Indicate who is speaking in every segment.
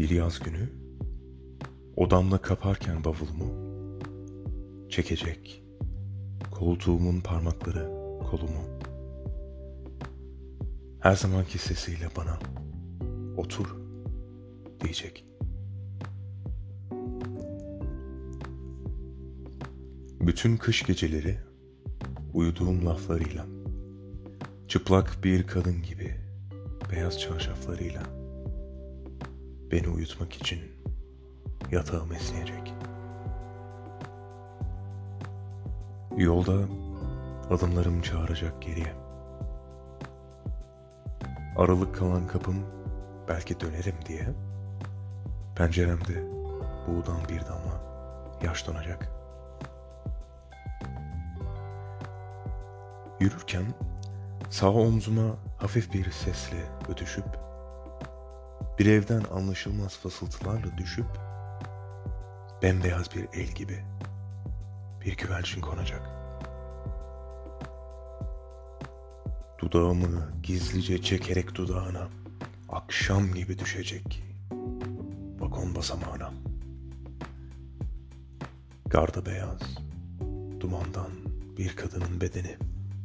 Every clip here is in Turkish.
Speaker 1: Bir yaz günü odamda kaparken bavulumu çekecek koltuğumun parmakları kolumu. Her zamanki sesiyle bana otur diyecek. Bütün kış geceleri uyuduğum laflarıyla, çıplak bir kadın gibi beyaz çarşaflarıyla beni uyutmak için yatağım esneyecek. Yolda adımlarım çağıracak geriye. Aralık kalan kapım belki dönerim diye penceremde buğudan bir damla yaş donacak. Yürürken sağ omzuma hafif bir sesle ötüşüp bir evden anlaşılmaz fısıltılarla düşüp bembeyaz bir el gibi bir güvercin konacak. Dudağımı gizlice çekerek dudağına akşam gibi düşecek vagon basamağına. Garda beyaz, dumandan bir kadının bedeni.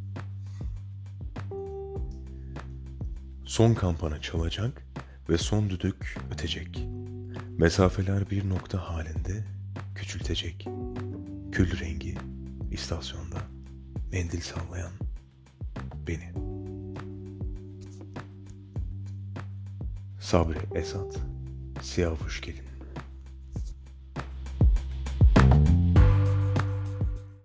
Speaker 1: Son kampana çalacak ve son düdük ötecek. Mesafeler bir nokta halinde küçültecek. Kül rengi istasyonda mendil sallayan beni. Sabri Esat, Siyah Fuşkelin.